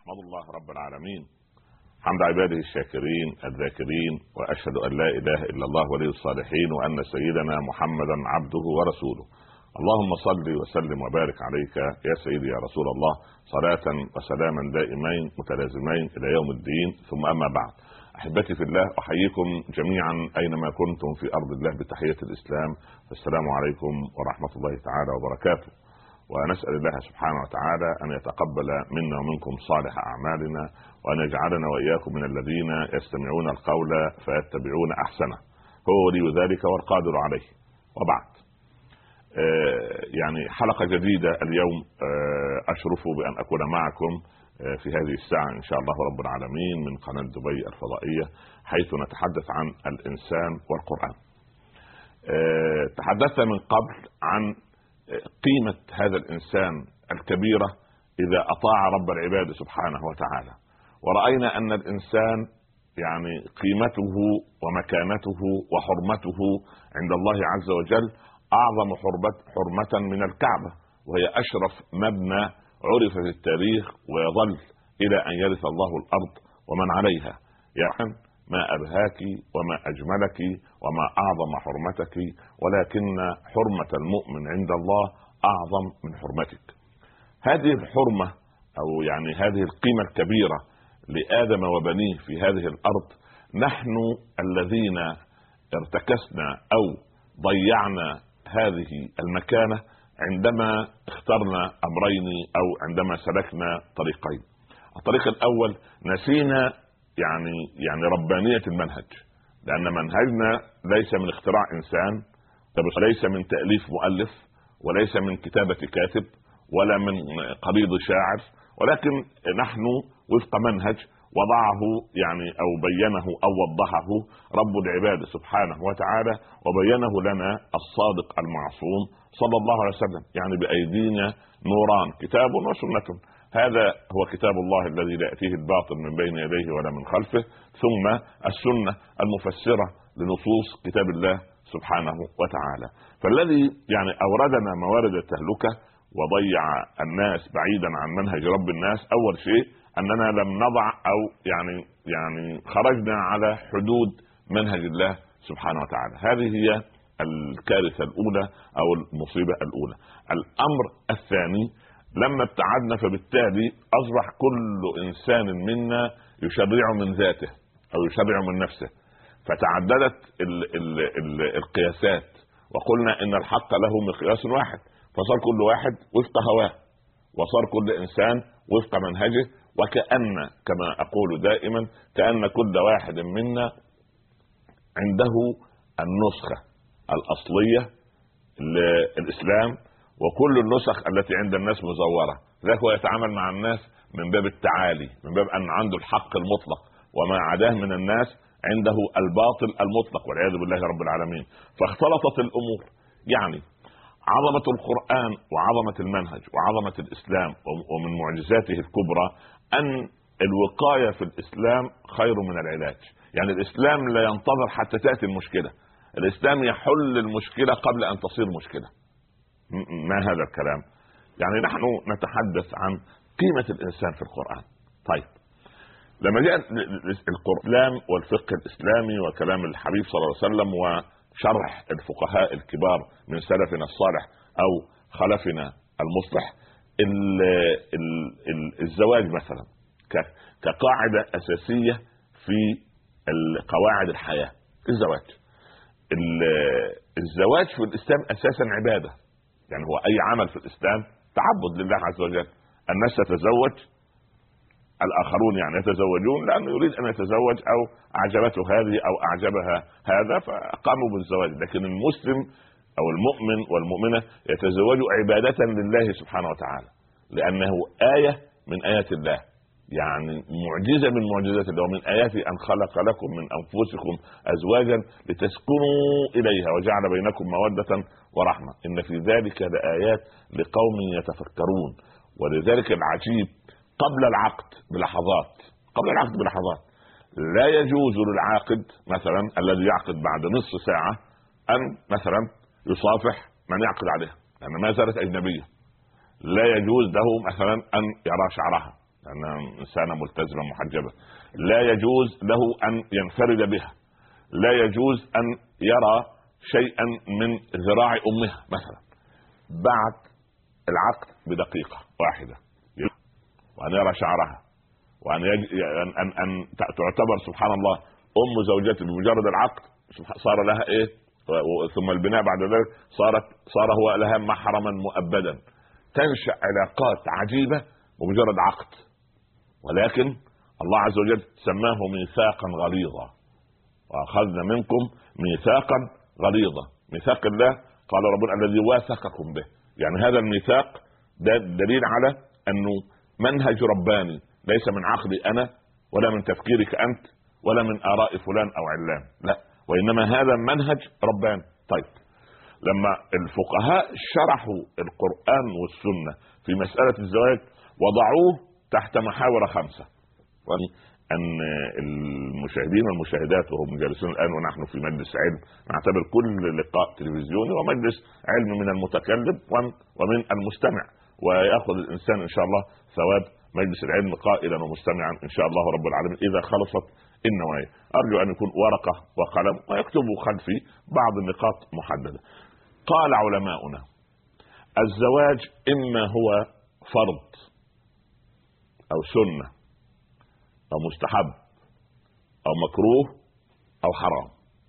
أحمد الله رب العالمين حمد عباده الشاكرين الذاكرين، وأشهد أن لا إله إلا الله ولي الصالحين، وأن سيدنا محمدا عبده ورسوله. اللهم صل وسلم وبارك عليك يا سيدي يا رسول الله، صلاة وسلاما دائمين متلازمين إلى يوم الدين. ثم أما بعد، أحبتي في الله، أحييكم جميعا أينما كنتم في أرض الله بتحية الإسلام، السلام عليكم ورحمة الله تعالى وبركاته. ونسأل الله سبحانه وتعالى أن يتقبل منا ومنكم صالح أعمالنا، وأن يجعلنا وإياكم من الذين يستمعون القول فيتبعون أحسنه، هو ولي ذلك والقادر عليه. وبعد، يعني حلقة جديدة اليوم، أشرف بأن أكون معكم في هذه الساعة إن شاء الله رب العالمين من قناة دبي الفضائية، حيث نتحدث عن الإنسان والقرآن. تحدثنا من قبل عن قيمة هذا الإنسان الكبيرة إذا أطاع رب العباد سبحانه وتعالى، ورأينا أن الإنسان يعني قيمته ومكانته وحرمته عند الله عز وجل أعظم حرمة من الكعبة، وهي أشرف مبنى عرف في التاريخ ويظل إلى أن يرث الله الأرض ومن عليها. يعني ما أبهاك وما أجملك وما أعظم حرمتك، ولكن حرمة المؤمن عند الله أعظم من حرمتك. هذه الحرمة أو يعني هذه القيمة الكبيرة لآدم وبنيه في هذه الأرض، نحن الذين ارتكسنا أو ضيعنا هذه المكانة عندما اخترنا أمرين أو عندما سلكنا طريقين. الطريق الأول، نسينا يعني ربانية المنهج، لأن منهجنا ليس من اختراع إنسان، وليس من تأليف مؤلف، وليس من كتابة كاتب، ولا من قريض شاعر، ولكن نحن وفق منهج وضعه يعني أو بينه أو وضحه رب العباد سبحانه وتعالى، وبينه لنا الصادق المعصوم صلى الله عليه وسلم. يعني بأيدينا نوران، كتاب وسنة. هذا هو كتاب الله الذي لا يأتيه الباطل من بين يديه ولا من خلفه، ثم السنة المفسرة لنصوص كتاب الله سبحانه وتعالى. فالذي يعني أوردنا موارد التهلكة وضيع الناس بعيدا عن منهج رب الناس، أول شيء أننا لم نضع أو يعني خرجنا على حدود منهج الله سبحانه وتعالى. هذه هي الكارثة الأولى أو المصيبة الأولى. الأمر الثاني، لما ابتعدنا فبالتالي أصبح كل إنسان منا يشرع من ذاته أو يشرع من نفسه، فتعددت القياسات، وقلنا إن الحق له مقياس واحد، فصار كل واحد وفق هواه، وصار كل إنسان وفق منهجه، وكأن كما أقول دائما كأن كل واحد منا عنده النسخة الأصلية للإسلام، وكل النسخ التي عند الناس مزورة. ذلك هو يتعامل مع الناس من باب التعالي، من باب أن عنده الحق المطلق، وما عداه من الناس عنده الباطل المطلق والعياذ بالله رب العالمين. فاختلطت الأمور. يعني عظمة القرآن وعظمة المنهج وعظمة الإسلام ومن معجزاته الكبرى أن الوقاية في الإسلام خير من العلاج. يعني الإسلام لا ينتظر حتى تأتي المشكلة، الإسلام يحل المشكلة قبل أن تصير مشكلة. ما هذا الكلام؟ يعني نحن نتحدث عن قيمة الإنسان في القرآن. طيب، لما جاء القرآن والفقه الإسلامي وكلام الحبيب صلى الله عليه وسلم وشرح الفقهاء الكبار من سلفنا الصالح أو خلفنا المصلح، الزواج مثلا كقاعدة أساسية في قواعد الحياة. الزواج في الإسلام أساسا عبادة، يعني هو أي عمل في الإسلام تعبد لله عز وجل. الناس تتزوج، الآخرون يعني يتزوجون لأنه يريد أن يتزوج أو أعجبته هذه أو أعجبها هذا فقاموا بالزواج. لكن المسلم أو المؤمن والمؤمنة يتزوج عبادة لله سبحانه وتعالى، لأنه آية من آيات الله، يعني معجزة من معجزات الله. ومن آياته أن خلق لكم من أنفسكم أزواجا لتسكنوا إليها وجعل بينكم مودة ورحمة، إن في ذلك لآيات لقوم يتفكرون. ولذلك العجيب، قبل العقد بلحظات لا يجوز للعاقد مثلا الذي يعقد بعد نصف ساعة أن مثلا يصافح من يعقد عليها، لأن ما زالت أجنبية. لا يجوز له مثلا أن يرى شعرها، لأنها إنسانة ملتزمة محجبة، لا يجوز له أن ينفرد بها، لا يجوز أن يرى شيئا من ذراع أمها مثلا بعد العقد بدقيقة واحدة، وأن يرى شعرها، وأن أن تعتبر سبحان الله أم زوجته بمجرد العقد صار لها إيه، ثم البناء بعد ذلك صار هو لها محرما مؤبدا. تنشأ علاقات عجيبة بمجرد عقد، ولكن الله عز وجل سماه ميثاقا غليظا، وأخذنا منكم ميثاقا غليظا. ميثاق الله قال ربنا الذي واثقكم به، يعني هذا الميثاق ده دليل على أنه منهج رباني، ليس من عقلي أنا ولا من تفكيرك أنت ولا من آراء فلان أو علان، لا، وإنما هذا منهج رباني. طيب، لما الفقهاء شرحوا القرآن والسنة في مسألة الزواج وضعوه تحت محاور 5، أن المشاهدين والمشاهدات وهم جالسون الآن ونحن في مجلس علم نعتبر كل لقاء تلفزيوني ومجلس علم من المتكلم ومن المستمع، ويأخذ الإنسان إن شاء الله ثواب مجلس العلم قائلا ومستمعا إن شاء الله رب العالمين إذا خلصت النوايا. أرجو أن يكون ورقة وقلم ويكتبوا خلفي بعض النقاط محددة. قال علماؤنا الزواج إما هو فرض أو سنة أو مستحب أو مكروه أو حرام.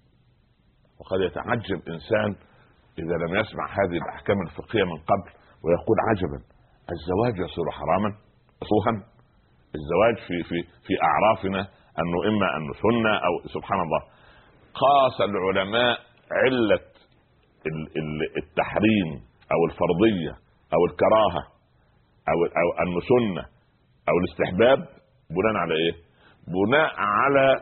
وقد يتعجب إنسان إذا لم يسمع هذه الأحكام الفقهية من قبل ويقول عجبا، الزواج يصير حراما صوها؟ الزواج في أعرافنا أنه إما أنه سنة أو سبحان الله. قاس العلماء علة التحريم أو الفرضية أو الكراهة أو أنه سنة أو الاستحباب بناء على إيه؟ بناء على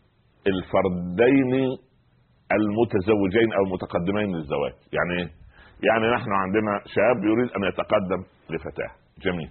الفردين المتزوجين أو المتقدمين للزواج. يعني إيه؟ يعني نحن عندنا شاب يريد أن يتقدم لفتاة، جميل،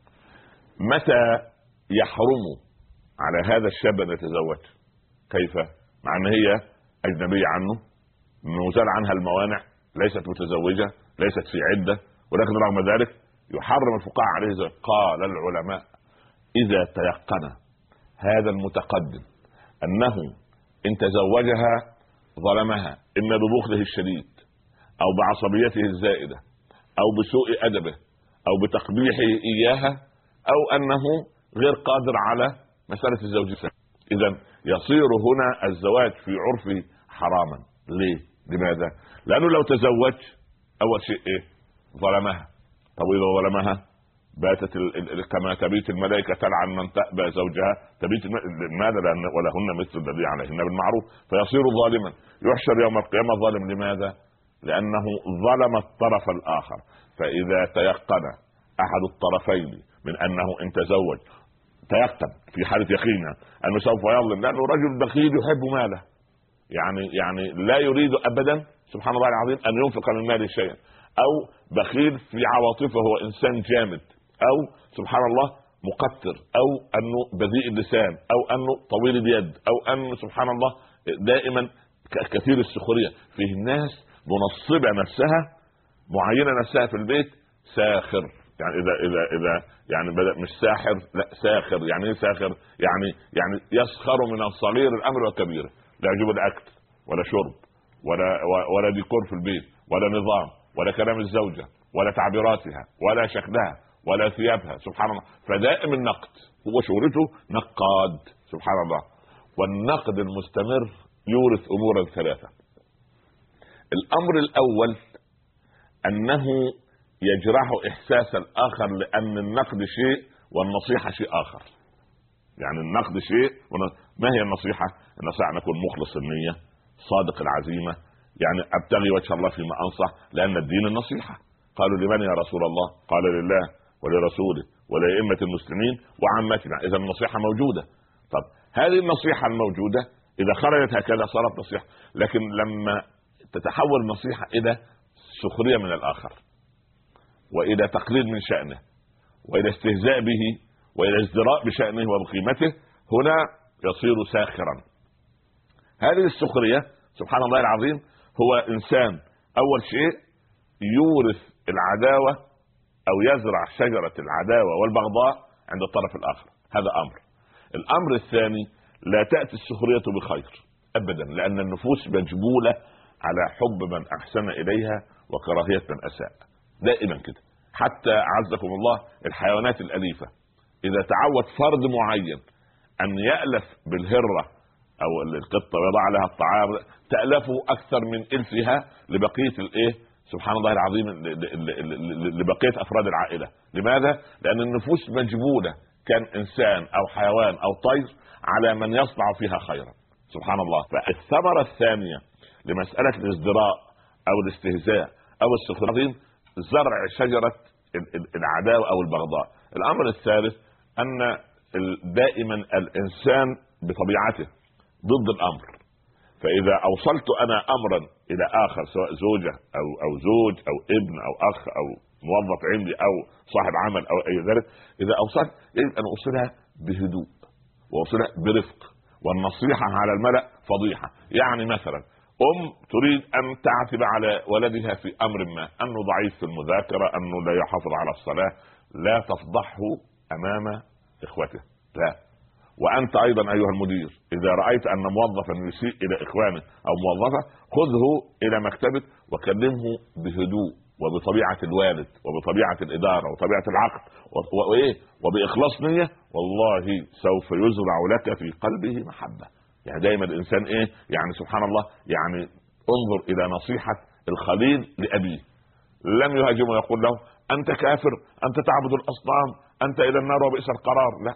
متى يحرم على هذا الشاب أن يتزوج؟ كيف؟ مع أن هي أجنبية عنه، مزال عنها الموانع، ليست متزوجة، ليست في عدة، ولكن رغم ذلك يحرم الفقهاء عليه الزواج. قال العلماء إذا تيقن هذا المتقدم أنه إن تزوجها ظلمها إما ببخله الشديد أو بعصبيته الزائدة أو بسوء أدبه أو بتقبيحه إياها أو أنه غير قادر على مسألة الزوج. إذن يصير هنا الزواج في عرفه حراما. ليه؟ لماذا؟ لأنه لو تزوج أول شيء إيه؟ ظلمها. طب إذا ظلمها باتت كما تبيت الملائكة تلعن من تأبى زوجها تبيت لماذا؟ لأن ولهن مثل الذي عليهن بالمعروف، فيصير ظالما، يحشر يوم القيامة ظالم. لماذا؟ لأنه ظلم الطرف الآخر. فإذا تيقن أحد الطرفين من أنه إن تزوج، تيقن في حالة يقينه أنه سوف يظلم، لأنه رجل بخيل يحب ماله، يعني لا يريد أبدا سبحان الله العظيم أن ينفق من ماله شيئا، أو بخيل في عواطفه، هو إنسان جامد، أو سبحان الله مقتر، أو أنه بذيء اللسان، أو أنه طويل اليد، أو أنه سبحان الله دائما كثير السخرية. فيه ناس منصبة نفسها، معينة نفسها في البيت ساخر. يعني إذا يعني بدأ مش ساحر، لا ساخر. يعني ايه ساخر؟ يعني يسخر من الصغير الأمر والكبير، لا يعجب الأكل ولا شرب ولا ديكور في البيت ولا نظام ولا كلام الزوجة ولا تعبيراتها ولا شكلها ولا ثيابها، سبحان الله. فدائم النقد، هو شغلته نقاد، سبحان الله. والنقد المستمر يورث أمورا 3. الأمر الأول أنه يجرح إحساس الآخر، لأن النقد شيء والنصيحة شيء آخر. يعني النقد شيء ما هي النصيحة؟ النصيحة أن أكون مخلص النية، صادق العزيمة، يعني أبتغي وجه الله فيما أنصح، لأن الدين النصيحة. قالوا لمن يا رسول الله؟ قال لله ولرسوله ولأئمة المسلمين وعامتنا. إذا النصيحة موجودة. طب هذه النصيحة الموجودة إذا خرجت هكذا صارت نصيحة، لكن لما تتحول النصيحة إلى سخرية من الآخر، وإلى تقليل من شأنه، وإلى استهزاء به، وإلى ازدراء بشأنه وبقيمته، هنا يصير ساخرا. هذه السخرية سبحان الله العظيم هو إنسان أول شيء يورث العداوة أو يزرع شجرة العداوة والبغضاء عند الطرف الآخر. هذا أمر. الأمر الثاني، لا تأتي السخرية بخير أبدا، لأن النفوس مجبولة على حب من أحسن إليها وكراهية من أساء، دائما كده. حتى عزكم الله الحيوانات الأليفة إذا تعود فرد معين أن يألف بالهرة أو القطة ويضع لها الطعام، تألفه أكثر من إلفها لبقية الإيه، سبحان الله العظيم، لبقية أفراد العائلة. لماذا؟ لأن النفوس مجبولة، كان إنسان أو حيوان أو طير، على من يصنع فيها خيرا. سبحان الله. فالثمرة الثانية لمسألة الازدراء أو الاستهزاء أو السخرية، زرع شجرة العداوة أو البغضاء. الأمر الثالث أن دائما الإنسان بطبيعته ضد الأمر، فإذا أوصلت أنا أمرا إلى آخر، سواء زوجة أو زوج أو ابن أو أخ أو موظف عندي أو صاحب عمل أو أي ذلك، إذا أوصلت يجب أن أوصلها بهدوء وأوصلها برفق، والنصيحة على الملأ فضيحة. يعني مثلا تريد أن تعتب على ولدها في أمر ما، أنه ضعيف في المذاكرة، أنه لا يحافظ على الصلاة، لا تفضحه أمام إخوته، لا. وأنت أيضا أيها المدير إذا رأيت أن موظفا يسيء إلى إخوانه أو موظفة، خذه إلى مكتبك وكلمه بهدوء وبطبيعة الوالد وبطبيعة الإدارة وطبيعة العقد وبإخلاص نية، والله سوف يزرع لك في قلبه محبة. يعني دائما الإنسان يعني سبحان الله، يعني انظر إلى نصيحة الخليل لأبيه، لم يهاجمه ويقول له أنت كافر، أنت تعبد الأصنام، أنت إلى النار وبئس القرار. لا،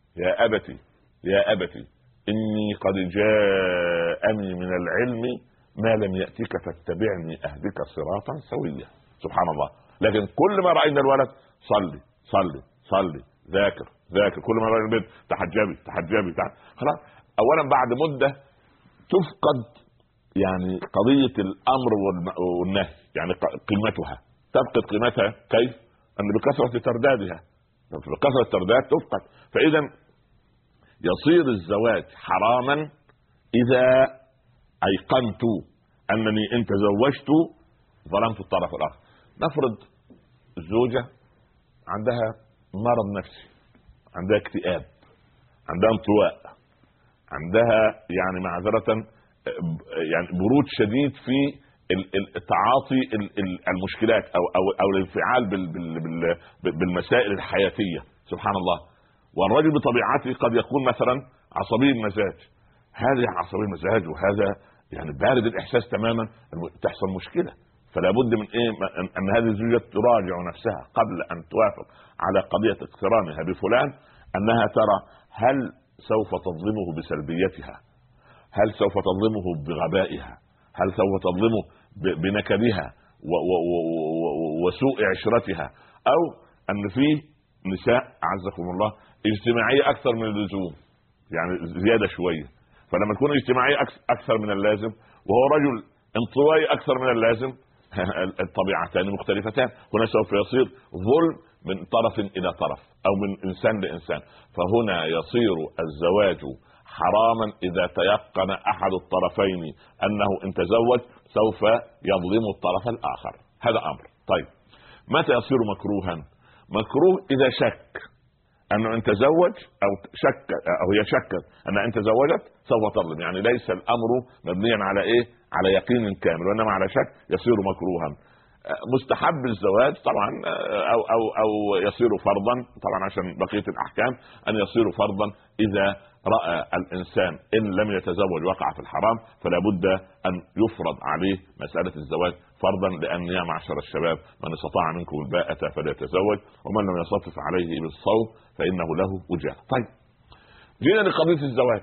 يا أبتي إني قد جاءني من العلم ما لم يأتك فاتبعني أهدك صراطا سويا. سبحان الله. لكن كل ما رأينا الولد صلي صلي صلي، ذاكر، كل ما رأينا البنت تحجبي خلاص. أولا بعد مدة تفقد يعني قضية الأمر والنهي، يعني قيمتها، تفقد قيمتها. كيف؟ أن بكثرة تردادها، بكثرة الترداد تفقد. فإذا يصير الزواج حراما إذا أيقنت أنني إن تزوجت ظلمت الطرف الآخر. نفرض الزوجة عندها مرض نفسي، عندها اكتئاب، عندها انطواء، عندها يعني معذرة يعني برود شديد في التعاطي المشكلات أو الانفعال بالمسائل الحياتية. سبحان الله. والرجل بطبيعته قد يكون مثلا عصبي المزاج، هذا عصبي المزاج وهذا يعني بارد الإحساس تماما، تحصل مشكلة. فلا بد من أن هذه الزوجة تراجع نفسها قبل أن توافق على قضية اقترانها بفلان، أنها ترى هل سوف تظلمه بسلبيتها، هل سوف تظلمه بغبائها، هل سوف تظلمه بنكدها وسوء عشرتها، أو أن في نساء عزكم الله اجتماعية أكثر من اللزوم، يعني زيادة شوية، فلما تكون اجتماعية أكثر من اللازم وهو رجل انطوائي أكثر من اللازم، الطبيعتان مختلفتان، هنا سوف يصير ظلم من طرف إلى طرف أو من إنسان لإنسان. فهنا يصير الزواج حراما إذا تيقن أحد الطرفين أنه إن تزوج سوف يظلم الطرف الآخر. هذا أمر. طيب متى يصير مكروها؟ مكروه إذا شك أنه إن تزوج أو شك أو هي شكت أن إن تزوجت سوف تظلم، يعني ليس الأمر مبنيا على على يقين كامل، وإنما على شك، يصير مكروها. مستحب الزواج طبعا أو يصير فرضا طبعا عشان بقية الأحكام، أن يصير فرضا إذا رأى الإنسان إن لم يتزوج وقع في الحرام، فلا بد أن يفرض عليه مسألة الزواج فرضا، لأن يا معشر الشباب من استطاع منكم الباءة فليتزوج ومن لم يستطع عليه بالصوم فإنه له وجاء. طيب جينا لقضية الزواج.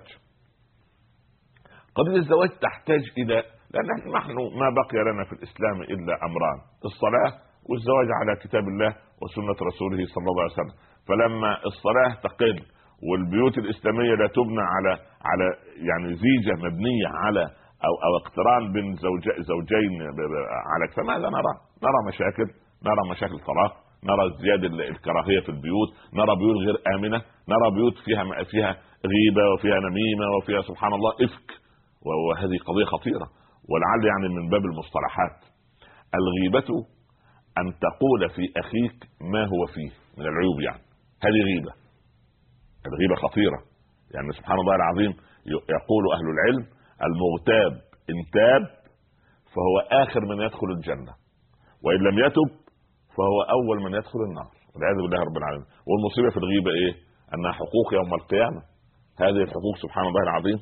قضية الزواج تحتاج إلى، لأن نحن ما بقي لنا في الإسلام إلا أمران: الصلاة والزواج على كتاب الله وسنة رسوله صلى الله عليه وسلم. فلما الصلاة تقل والبيوت الإسلامية لا تبنى على يعني زيجة مبنية على أو اقتران بين زوجين على، فماذا نرى مشاكل، نرى مشاكل طلاق، نرى زيادة الكراهية في البيوت، نرى بيوت غير آمنة، نرى بيوت فيها غيبة وفيها نميمة وفيها سبحان الله إفك، وهذه قضية خطيرة. ولعل يعني من باب المصطلحات، الغيبة أن تقول في أخيك ما هو فيه من العيوب، يعني هذه غيبة. الغيبة خطيرة، يعني سبحان الله العظيم يقول أهل العلم: المغتاب إن تاب فهو آخر من يدخل الجنة، وإن لم يتب فهو أول من يدخل النار، والعياذ بالله رب العالمين. والمصيبة في الغيبة إيه؟ أنها حقوق يوم القيامة. هذه الحقوق سبحان الله العظيم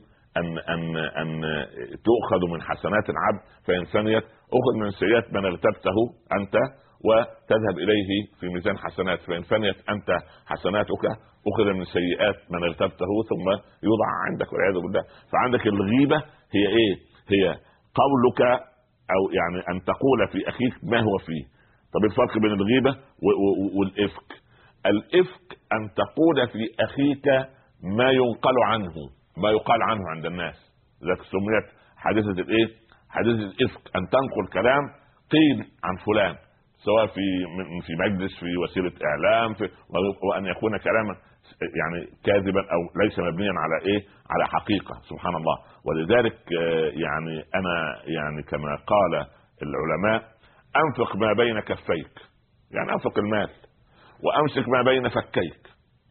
أن تؤخذ من حسنات العبد فإن ثنيت أخذ من سيئات من اغتبته أنت وتذهب إليه في ميزان حسنات، فإن ثنيت أنت حسناتك أخذ من سيئات من اغتبته ثم يوضع عندك، والعياذ بالله. فعندك الغيبة هي إيه؟ هي قولك أو يعني أن تقول في أخيك ما هو فيه. طب الفرق بين الغيبة والإفك؟ الإفك أن تقول في أخيك ما ينقل عنه، ما يقال عنه عند الناس، ذلك سميت حادثة الإيه؟ حادثة الإفك، أن تنقل كلام قيل عن فلان، سواء في مجلس، في وسيلة إعلام، وأن يكون كلاما يعني كاذبا أو ليس مبنيا على إيه؟ على حقيقة، سبحان الله. ولذلك يعني أنا يعني كما قال العلماء: أنفق ما بين كفيك، يعني أنفق المال، وأمسك ما بين فكيك.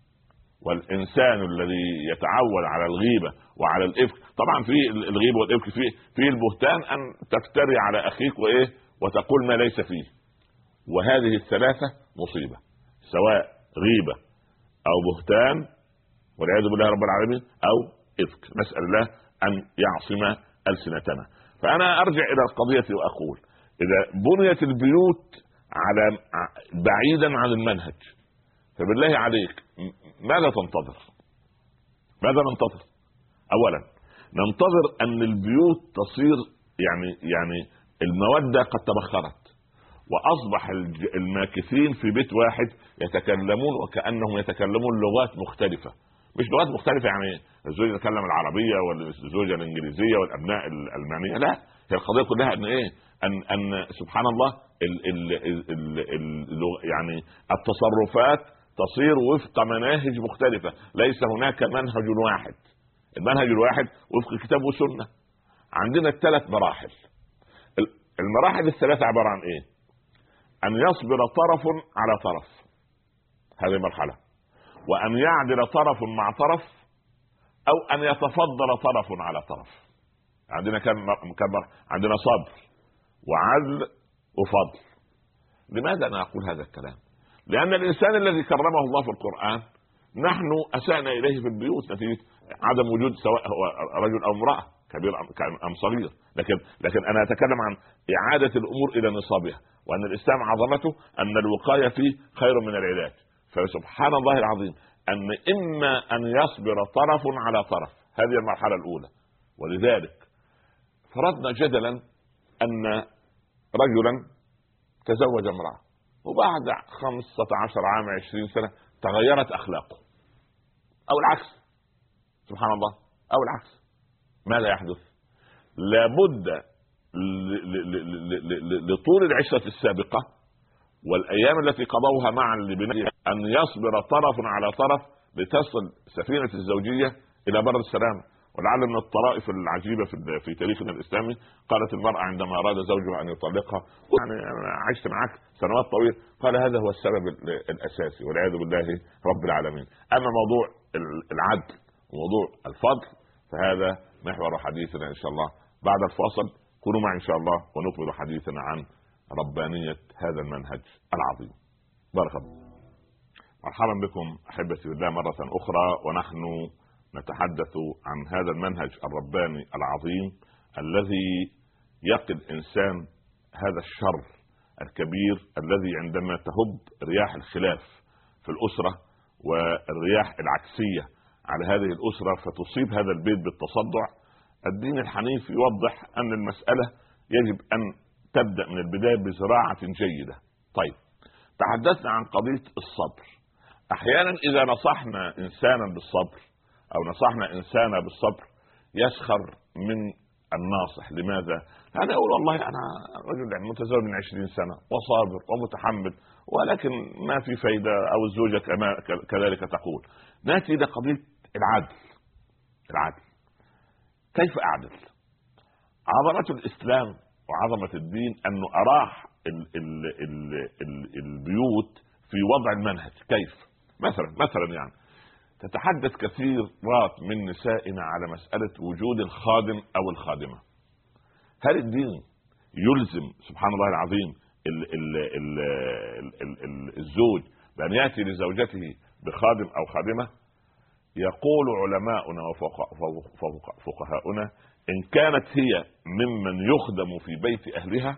والإنسان الذي يتعود على الغيبة وعلى الإفك، طبعا في الغيبة والإفك في البهتان، أن تفتري على أخيك وإيه وتقول ما ليس فيه، وهذه الثلاثة مصيبة، سواء غيبة أو بهتان والعياذ بالله رب العالمين أو إفك. نسأل الله أن يعصم ألسنتنا. فأنا أرجع إلى القضية وأقول: إذا بنيت البيوت على بعيدا عن المنهج، فبالله عليك ماذا تنتظر؟ ماذا ننتظر؟ أولا ننتظر أن البيوت تصير يعني المودة قد تبخرت، وأصبح الماكثين في بيت واحد يتكلمون وكأنهم يتكلمون لغات مختلفة، مش لغات مختلفة يعني الزوج يتكلم العربية والزوجة الإنجليزية والأبناء الألمانية، لا، هي القضية كلها أن إيه؟ أن سبحان الله يعني التصرفات تصير وفق مناهج مختلفة، ليس هناك منهج واحد. المنهج الواحد وفق كتاب وسنة. عندنا الثلاث مراحل. المراحل الثلاثة عبارة عن ايه؟ ان يصبر طرف على طرف، هذه مرحلة، وان يعدل طرف مع طرف، او ان يتفضل طرف على طرف. عندنا عندنا صبر وعدل وفضل. لماذا انا اقول هذا الكلام؟ لأن الإنسان الذي كرمه الله في القرآن نحن أسأنا إليه في البيوت نتيجة عدم وجود سواء هو رجل أو امرأة، كبير أم صغير، لكن أنا أتكلم عن إعادة الأمور إلى نصابها، وأن الإسلام عظمته أن الوقاية فيه خير من العلاج. فسبحان الله العظيم أن إما أن يصبر طرف على طرف، هذه المرحلة الأولى. ولذلك فرضنا جدلا أن رجلا تزوج امرأة، وبعد 15 عام 20 سنة تغيرت أخلاقه، أو العكس، سبحان الله، أو العكس. ماذا يحدث؟ لابد لطول العشرة السابقة والأيام التي قضوها معا لبناء أن يصبر طرف على طرف لتصل سفينة الزوجية إلى بر السلام. ولعل من الطرائف العجيبة في تاريخنا الإسلامي، قالت المرأة عندما أراد زوجها أن يطلقها: يعني أنا عشت معك سنوات طويلة. قال: هذا هو السبب الأساسي، والعياذ بالله رب العالمين. أما موضوع العدل وموضوع الفضل فهذا محور حديثنا إن شاء الله بعد الفاصل. كونوا معي إن شاء الله ونكمل حديثنا عن ربانية هذا المنهج العظيم. بارك الله. مرحبا بكم أحبتي بالله مرة أخرى، ونحن نتحدث عن هذا المنهج الرباني العظيم الذي يقي الإنسان هذا الشر الكبير الذي عندما تهب رياح الخلاف في الأسرة والرياح العكسية على هذه الأسرة فتصيب هذا البيت بالتصدع. الدين الحنيف يوضح أن المسألة يجب أن تبدأ من البداية بزراعة جيدة. طيب، تحدثنا عن قضية الصبر. أحيانا إذا نصحنا إنسانا بالصبر أو نصحنا إنسانا بالصبر يسخر من الناصح. لماذا؟ أنا أقول والله أنا رجل متزوج من 20 سنة وصابر ومتحمل، ولكن ما في فايدة، أو الزوجة كذلك تقول. نأتي إلى قضية العدل. كيف أعدل؟ عظمة الإسلام وعظمة الدين أنه أراح البيوت في وضع المنهج. كيف؟ مثلا يعني تتحدث كثيرات من نسائنا على مسألة وجود الخادم أو الخادمة. هل الدين يلزم سبحان الله العظيم الزوج بأن يأتي لزوجته بخادم أو خادمة؟ يقول علماؤنا وفقهاؤنا إن كانت هي ممن يخدم في بيت أهلها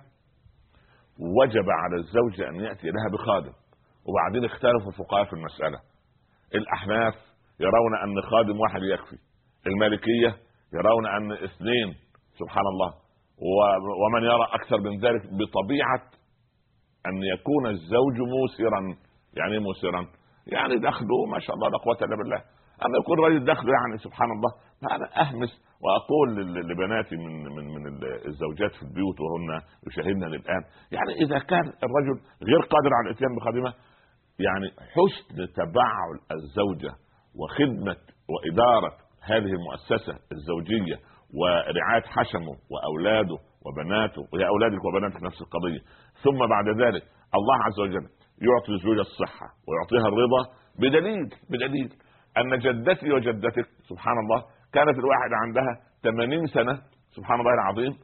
وجب على الزوج أن يأتي لها بخادم. وبعدين اختلفوا الفقهاء في المسألة. الأحناف يرون أن خادم واحد يكفي، المالكية يرون أن 2 سبحان الله، ومن يرى أكثر من ذلك بطبيعة أن يكون الزوج موسرا. يعني موسرا يعني دخله ما شاء الله لا قوة إلا بالله. أما يكون رجل دخله يعني سبحان الله. أنا أهمس وأقول لبناتي من الزوجات في البيوت وهن يشاهدنا الآن، يعني إذا كان الرجل غير قادر على الإتيان بخادمة، يعني حسن تبعل الزوجة وخدمة وإدارة هذه المؤسسة الزوجية ورعاية حشمه وأولاده وبناته، وهي أولادك وبناتك نفس القضية. ثم بعد ذلك الله عز وجل يعطي الزوجة الصحة ويعطيها الرضا، بدليل أن جدتي وجدتك سبحان الله كانت الواحدة عندها 80 سنة سبحان الله العظيم،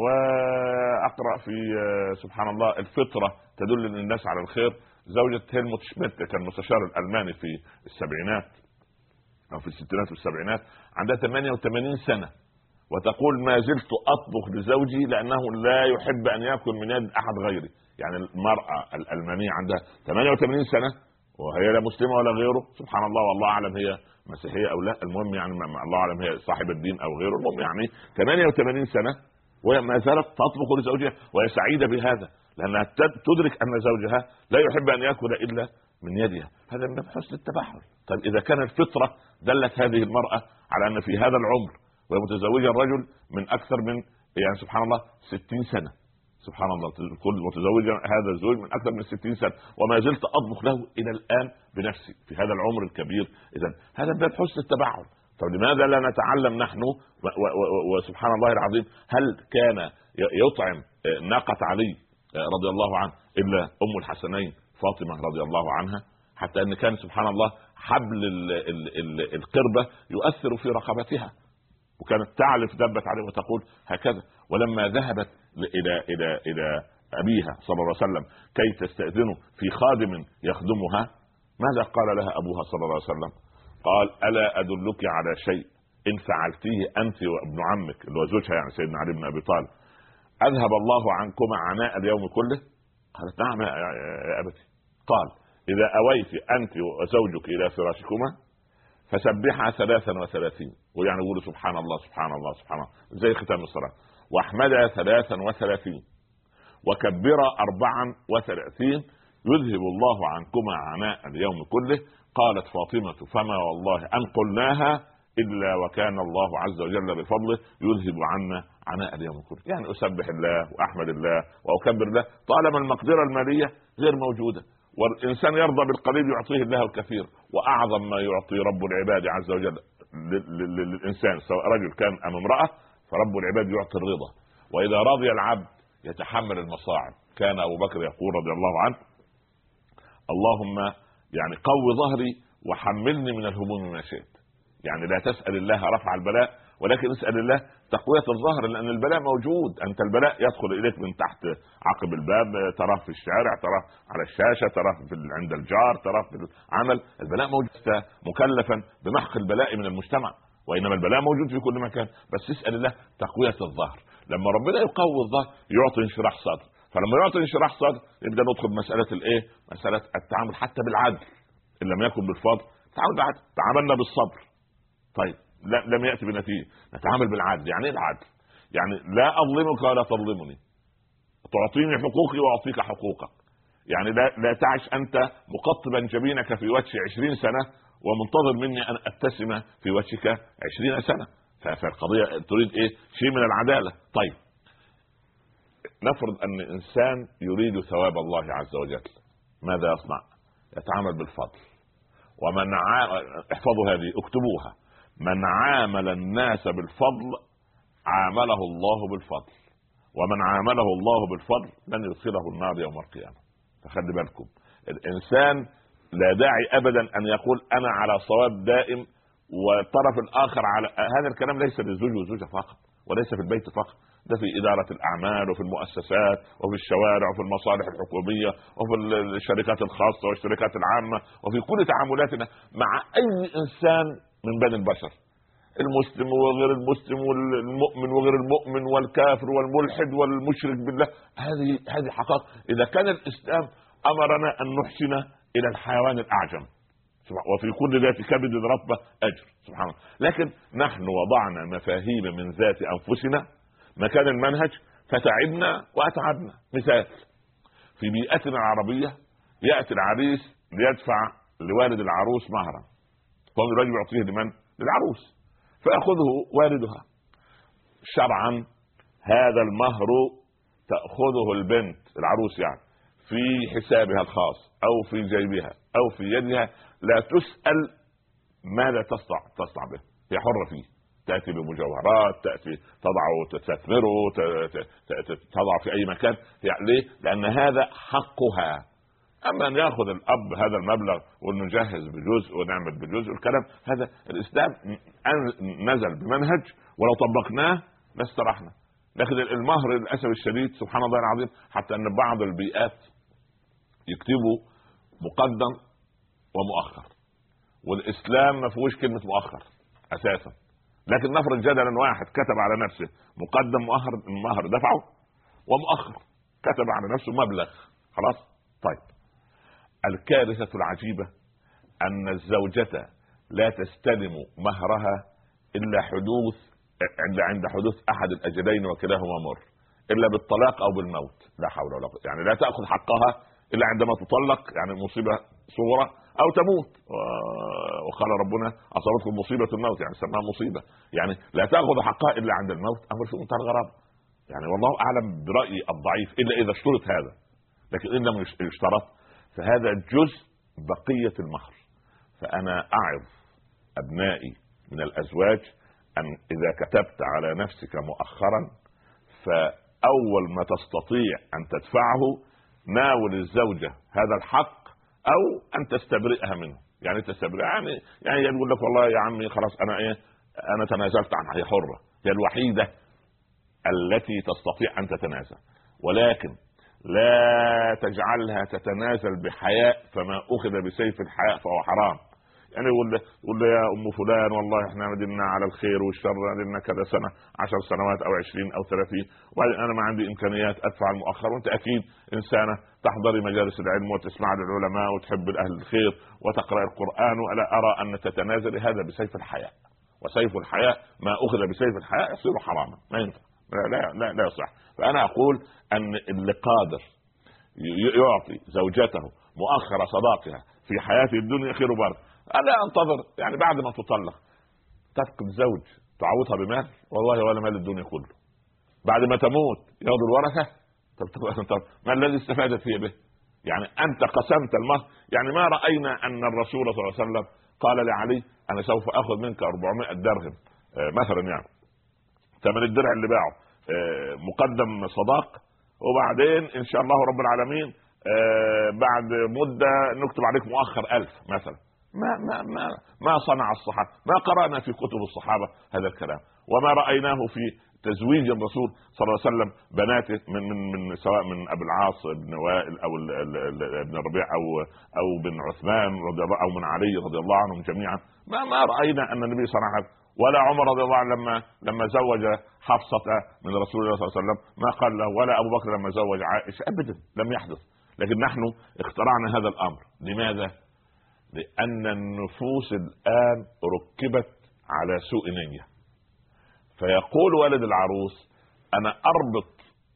وأقرأ في سبحان الله الفطرة تدل الناس على الخير. زوجة هيلموت شميت كان المستشار الألماني في السبعينات أو في الستينات والسبعينات، عندها 88 سنة، وتقول ما زلت أطبخ لزوجي لأنه لا يحب أن يأكل من يد أحد غيري. يعني المرأة الألمانية عندها 88 سنة وهي لا مسلمة ولا غيره سبحان الله، والله أعلم هي مسيحية أو لا، المهم يعني الله أعلم هي صاحب الدين أو غيره، المهم يعني 88 سنة وما زالت تطبخ لزوجها وهي سعيدة بهذا، لأنها تدرك أن زوجها لا يحب أن يأكل إلا من يدها. هذا من حسن التبعل. طيب إذا كان الفطرة دلت هذه المرأة على أن في هذا العمر وهي متزوجة الرجل من أكثر من يعني سبحان الله 60 سنة، سبحان الله كل متزوجة هذا الزوج من أكثر من 60 سنة وما زلت أطبخ له إلى الآن بنفسي في هذا العمر الكبير، إذا هذا من حسن التبعل. طب لماذا لا نتعلم نحن وسبحان الله العظيم؟ هل كان يطعم ناقة علي رضي الله عنه إلا أم الحسنين فاطمة رضي الله عنها، حتى أن كان سبحان الله حبل القربة يؤثر في رقبتها، وكانت تعلف دبت عليه وتقول هكذا. ولما ذهبت إلى أبيها صلى الله عليه وسلم كي تستأذنه في خادم يخدمها، ماذا قال لها أبوها صلى الله عليه وسلم؟ قال ألا أدلك على شيء إن فعلتيه أنت وابن عمك اللي هو زوجها يعني سيدنا علي بن أبي طالب أذهب الله عنكما عناء اليوم كله؟ قالت نعم يا أبتي. قال إذا أويت أنت وزوجك إلى فراشكما فسبحها 33، ويعني يقول سبحان الله سبحان الله سبحان الله زي ختام الصلاة، واحمدها 33، وكبرا 34، يذهب الله عنكما عناء اليوم كله. قالت فاطمة فما والله أن قلناها إلا وكان الله عز وجل بفضله يذهب عنا عناء اليوم كله. يعني أسبح الله وأحمد الله وأكبر الله طالما المقدرة المالية غير موجودة، والإنسان يرضى بالقليل يعطيه الله الكثير، وأعظم ما يعطي رب العباد عز وجل للإنسان سواء رجل كان أم امرأة فرب العباد يعطي الرضا، وإذا رضي العبد يتحمل المصاعب. كان أبو بكر يقول رضي الله عنه اللهم يعني قوي ظهري وحملني من الهموم ما شئت. يعني لا تسأل الله رفع البلاء ولكن اسأل الله تقوية الظهر، لأن البلاء موجود، أنت البلاء يدخل إليك من تحت عقب الباب، تراه في الشارع، تراه على الشاشة، تراه عند الجار، تراه في العمل، البلاء موجود. مكلفا بمحق البلاء من المجتمع، وإنما البلاء موجود في كل مكان، بس اسأل الله تقوية الظهر. لما ربنا يقوي الظهر يعطي انشراح صدر، فلما يعطي انشراح صدر يبدأ ندخل مسألة الإيه؟ مسألة التعامل حتى بالعدل، إن لم يكن بالفضل تعامل بالعدل. تعاملنا بالصبر، طيب لم يأتي بنتيجة نتعامل بالعدل. يعني ايه العدل؟ يعني لا أظلمك ولا تظلمني، تعطيني حقوقي وأعطيك حقوقك. يعني لا تعش أنت مقطبا جبينك في وجهي 20 سنة ومنتظر مني أن أبتسم في وجهك 20 سنة. فالقضية تريد إيه؟ شيء من العدالة. طيب نفرض أن إنسان يريد ثواب الله عز وجل، ماذا يصنع؟ يتعامل بالفضل. ومن احفظوا هذه اكتبوها: من عامل الناس بالفضل عامله الله بالفضل، ومن عامله الله بالفضل لن يدخله النار يوم القيامة. فخلي بالكم، الإنسان لا داعي ابدا ان يقول انا على صواب دائم والطرف الاخر على. هذا الكلام ليس للزوج والزوجه فقط، وليس في البيت فقط، ده في إدارة الأعمال وفي المؤسسات وفي الشوارع وفي المصالح الحكومية وفي الشركات الخاصة والشركات العامة وفي كل تعاملاتنا مع أي إنسان من بني البشر، المسلم وغير المسلم والمؤمن وغير المؤمن والكافر والملحد والمشرك بالله. هذه حقائق. إذا كان الإسلام أمرنا أن نحسن إلى الحيوان الأعجم وفي كل ذات كبد رطبة أجر، سبحان الله. لكن نحن وضعنا مفاهيم من ذات أنفسنا مكان المنهج فتعبنا وأتعبنا. مثال، في بيئتنا العربية يأتي العريس ليدفع لوالد العروس مهرا، فهو الرجل يعطيه لمن؟ للعروس، فيأخذه والدها. شرعا هذا المهر تأخذه البنت العروس يعني في حسابها الخاص أو في جيبها أو في يدها، لا تسأل ماذا تصنع به، هي حرة فيه. تأتي بمجوهرات، تأتي تستثمره، تضع في أي مكان. يعني ليه؟ لأن هذا حقها. أما أن يأخذ الأب هذا المبلغ ونجهز بجزء ونعمل بجزء، الكلام هذا الإسلام نزل بمنهج ولو طبقناه لاسترحنا. لكن المهر للأسف الشديد سبحان الله العظيم، حتى أن بعض البيئات يكتبوا مقدم ومؤخر، والإسلام ما فيهوش كلمة مؤخر أساسا. لكن نفرض جدلا واحد كتب على نفسه مقدم مؤخر، المهر دفعه، ومؤخر كتب على نفسه مبلغ، خلاص. طيب، الكارثة العجيبة أن الزوجة لا تستلم مهرها إلا عند حدوث أحد الأجلين وكلاهما مر، إلا بالطلاق أو بالموت. لا حول ولا قوة. يعني لا تأخذ حقها إلا عندما تطلق، يعني مصيبة صغرى، أو تموت. وقال ربنا أصابتكم مصيبة الموت، يعني سماها مصيبة. يعني لا تأخذ حقها إلا عند الموت، أمر في منتهى الغرابة. يعني والله أعلم برأيي الضعيف، إلا إذا اشترط هذا، لكن إن لم يشترط فهذا جزء بقية المهر. فأنا أعظ أبنائي من الأزواج أن إذا كتبت على نفسك مؤخرا فأول ما تستطيع أن تدفعه ناول الزوجة هذا الحق، أو أن تستبرئها منه. يعني تستبرئها يعني يقول لك والله يا عمي خلاص أنا تنازلت عنها، هي حرة، هي الوحيدة التي تستطيع أن تتنازل، ولكن لا تجعلها تتنازل بحياء، فما أخذ بسيف الحياء فهو حرام. يعني يقول له يا أم فلان والله احنا مدينا على الخير والشر، مدينا كذا سنة، 10 سنوات أو 20 أو 30، وبعدين أنا ما عندي إمكانيات أدفع المؤخر، وأنت أكيد إنسانة تحضري مجالس العلم وتسمع للعلماء وتحب أهل الخير وتقرأ القرآن، ولا أرى أن تتنازل هذا بسيف الحياء، وسيف الحياء ما أخذ بسيف الحياء يصير حراما، ما ينفع، لا يصح. فأنا أقول أن اللي قادر يعطي زوجته مؤخر صداقها في حياة الدنيا خير وبركة. أنا أنتظر يعني بعد ما تطلق تفقد زوج تعوضها بمال، والله ولا مال الدنيا كله. بعد ما تموت ياخذ الورثة. طب ما الذي استفادت فيه به؟ يعني أنت قسمت المهر. يعني ما رأينا أن الرسول صلى الله عليه وسلم قال لعلي أنا سوف أخذ منك 400 درهم مثلا، يعني ثمن الدرع اللي باعه مقدم صداق، وبعدين إن شاء الله رب العالمين بعد مدة نكتب عليك مؤخر 1000 مثلا. ما صنع الصحابة، ما قرأنا في كتب الصحابة هذا الكلام، وما رأيناه في تزويج الرسول صلى الله عليه وسلم بناته من سواء من أبي العاص بن وائل أو ابن الربيع أو بن عثمان رضي الله، أو من علي رضي الله عنهم جميعا. ما رأينا أن النبي صنع هذا، ولا عمر رضي الله عنه لما زوج حفصة من رسول الله صلى الله عليه وسلم ما قال له، ولا أبو بكر لما زوج عائشة، أبدا لم يحدث. لكن نحن اخترعنا هذا الأمر. لماذا؟ لأن النفوس الآن ركبت على سوء نية. فيقول والد العروس أنا أربط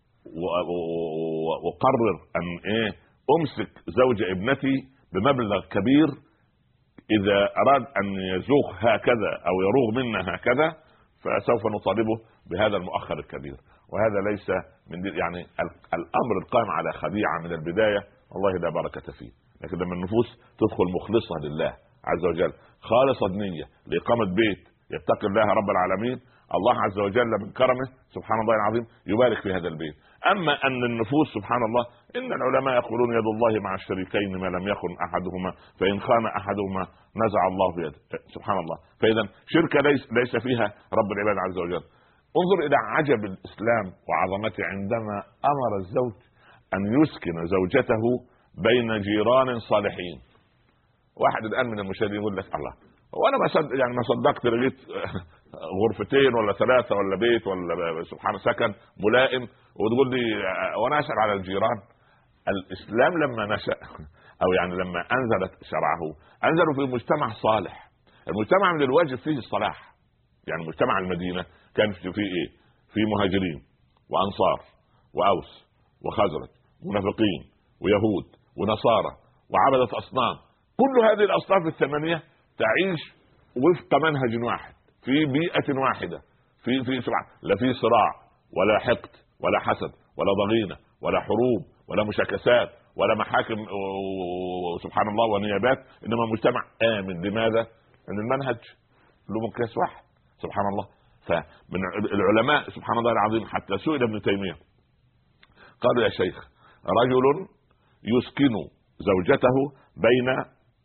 وقرر أن أمسك زوج ابنتي بمبلغ كبير، إذا أراد أن يزوغ هكذا أو يروغ منا هكذا فسوف نطالبه بهذا المؤخر الكبير. وهذا ليس من يعني الأمر القائم على خديعة من البداية، والله لا بركة فيه. لكن لما النفوس تدخل مخلصة لله عز وجل، خالصة نية لإقامة بيت يتقي الله رب العالمين، الله عز وجل من كرمه سبحان الله العظيم يبارك في هذا البيت. اما ان النفوس سبحان الله، ان العلماء يقولون يد الله مع الشريكين ما لم يخن احدهما، فان خان احدهما نزع الله بيده. سبحان الله. فاذا شركه ليس فيها رب العباد عز وجل. انظر الى عجب الاسلام وعظمته عندما امر الزوج ان يسكن زوجته بين جيران صالحين. واحد الان من المشاهدين يقول لك الله، وانا ما صدقت لقيت غرفتين ولا ثلاثه ولا بيت ولا سبحان سكن ملائم، وتقول لي وانا اسال على الجيران. الاسلام لما نشا او يعني لما انزلت شرعه انزلوا في مجتمع صالح. المجتمع من الواجب فيه الصلاح. يعني مجتمع المدينه كان فيه ايه؟ في مهاجرين وانصار واوس وخزرج ومنافقين ويهود ونصارى وعبدة اصنام. كل هذه الاصناف الثمانيه تعيش وفق منهج واحد في بيئه واحده، في سبحان، لا في صراع ولا حقد ولا حسد ولا ضغينه ولا حروب ولا مشاكسات ولا محاكم سبحان الله ونيابات، انما مجتمع امن. لماذا؟ ان المنهج له مقياس واحد سبحان الله. فمن العلماء سبحان الله العظيم حتى سئل ابن تيميه قالوا يا شيخ رجل يسكن زوجته بين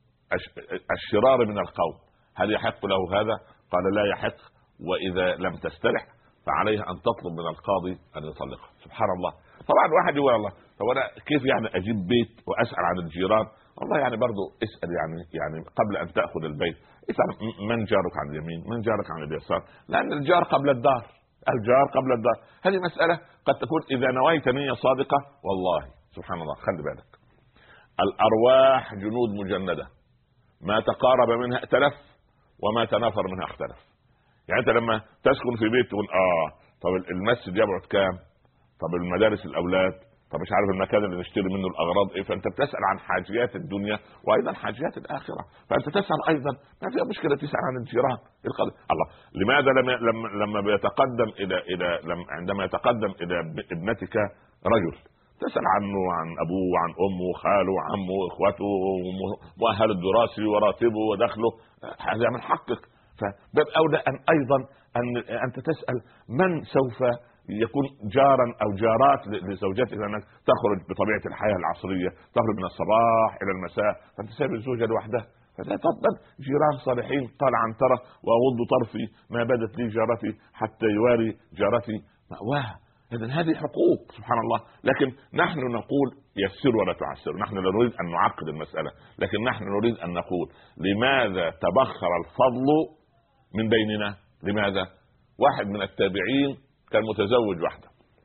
الشرار من القوم، هل يحق له هذا؟ قال لا يحق، واذا لم تسترح فعليه ان تطلب من القاضي ان يطلقها. سبحان الله. طبعا واحد يقول الله طب انا كيف يعني اجيب بيت واسال عن الجيران؟ والله يعني برضو اسال يعني قبل ان تاخذ البيت اسال من جارك عن اليمين، من جارك عن اليسار، لان الجار قبل الدار، الجار قبل الدار. هذه مساله قد تكون اذا نويت نيه صادقه. والله سبحان الله خلي بالك، الارواح جنود مجنده، ما تقارب منها ائتلف وما تنافر منها اختلف. يعني انت لما تسكن في بيت تقول طب المسجد يبعد كام، طب المدارس الاولاد، طب مش عارف المكان اللي نشتري منه الاغراض ايه، فانت بتسال عن حاجيات الدنيا وايضا حاجيات الاخره. فانت تسال ايضا، ما فيها مشكله تسال عن الجيران. الله لماذا لما بيتقدم الى عندما يتقدم الى ابنتك رجل تسال عنه وعن ابوه وعن امه وخاله وعمه واخوته ومؤهل الدراسي وراتبه ودخله، هذا من حقك. فباب اولى ان ايضا انت تسال من سوف يكون جارا او جارات لزوجتك، لانك تخرج بطبيعه الحياه العصريه، تخرج من الصباح الى المساء، فانت سايب الزوجه لوحدها. فلا تقبل جيران صالحين قال عن ترى واغض طرفي ما بدت لي جارتي حتى يواري جارتي مأواها. اذا هذه حقوق سبحان الله. لكن نحن نقول يسر ولا تعسر، نحن لا نريد ان نعقد المساله، لكن نحن نريد ان نقول لماذا تبخر الفضل من بيننا؟ لماذا؟ واحد من التابعين كان متزوج واحده،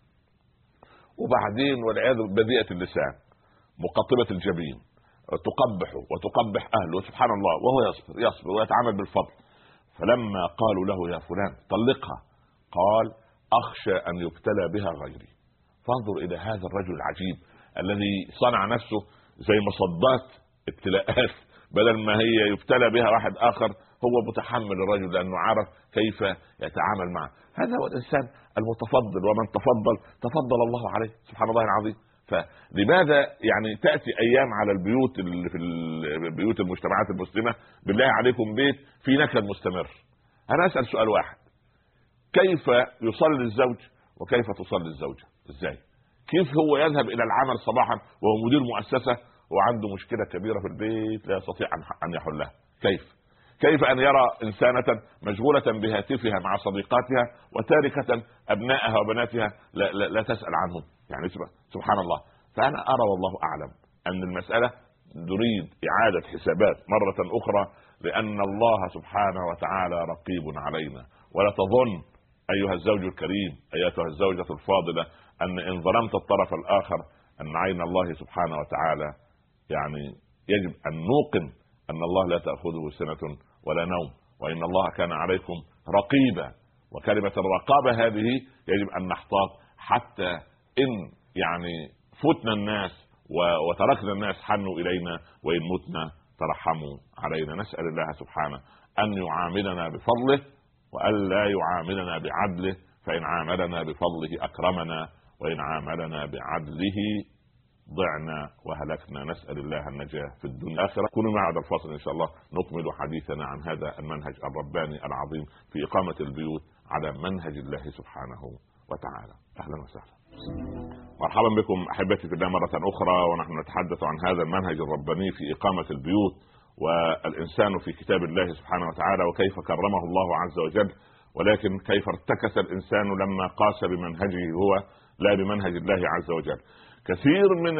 وبعدين والعياذ بذيئة اللسان مقطبة الجبين تقبحه وتقبح اهله سبحان الله، وهو يصبر ويتعامل بالفضل. فلما قالوا له يا فلان طلقها قال اخشى ان يبتلى بها غيري. فانظر الى هذا الرجل العجيب الذي صنع نفسه زي مصدات ابتلاءات، بدل ما هي يبتلى بها واحد اخر هو متحمل الرجل لانه عرف كيف يتعامل معه. هذا هو الانسان المتفضل، ومن تفضل الله عليه سبحان الله العظيم. فلماذا يعني تاتي ايام على البيوت اللي في بيوت المجتمعات المسلمه بالله عليكم بيت في نكد مستمر؟ انا اسال سؤال واحد، كيف يصلي الزوج وكيف تصلي الزوجه؟ ازاي؟ كيف هو يذهب الى العمل صباحا وهو مدير مؤسسه وعنده مشكله كبيره في البيت لا يستطيع ان يحلها؟ كيف ان يرى انسانه مشغوله بهاتفها مع صديقاتها وتاركه ابنائها وبناتها لا تسال عنهم؟ يعني سبحان الله. فانا ارى والله اعلم ان المساله نريد اعاده حسابات مره اخرى، لان الله سبحانه وتعالى رقيب علينا. ولا تظن ايها الزوج الكريم ايتها الزوجه الفاضله ان ظلمت الطرف الاخر ان عين الله سبحانه وتعالى يعني يجب ان نوقن ان الله لا تاخذه سنه ولا نوم، وان الله كان عليكم رقيبا. وكلمه الرقابه هذه يجب ان نحتاط حتى ان يعني فتنا الناس وتركنا الناس حنوا الينا، وان متنا ترحموا علينا. نسال الله سبحانه ان يعاملنا بفضله والا يعاملنا بعدله، فان عاملنا بفضله اكرمنا وان عاملنا بعدله ضعنا وهلكنا. نسأل الله النجاة في الدنيا والآخرة. كونوا معنا بعد الفاصل إن شاء الله نكمل حديثنا عن هذا المنهج الرباني العظيم في إقامة البيوت على منهج الله سبحانه وتعالى. أهلا وسهلا. مرحبا بكم احبتي في الله مره اخرى، ونحن نتحدث عن هذا المنهج الرباني في اقامه البيوت والانسان في كتاب الله سبحانه وتعالى، وكيف كرمه الله عز وجل، ولكن كيف ارتكس الانسان لما قاس بمنهجه هو لا بمنهج الله عز وجل. كثير من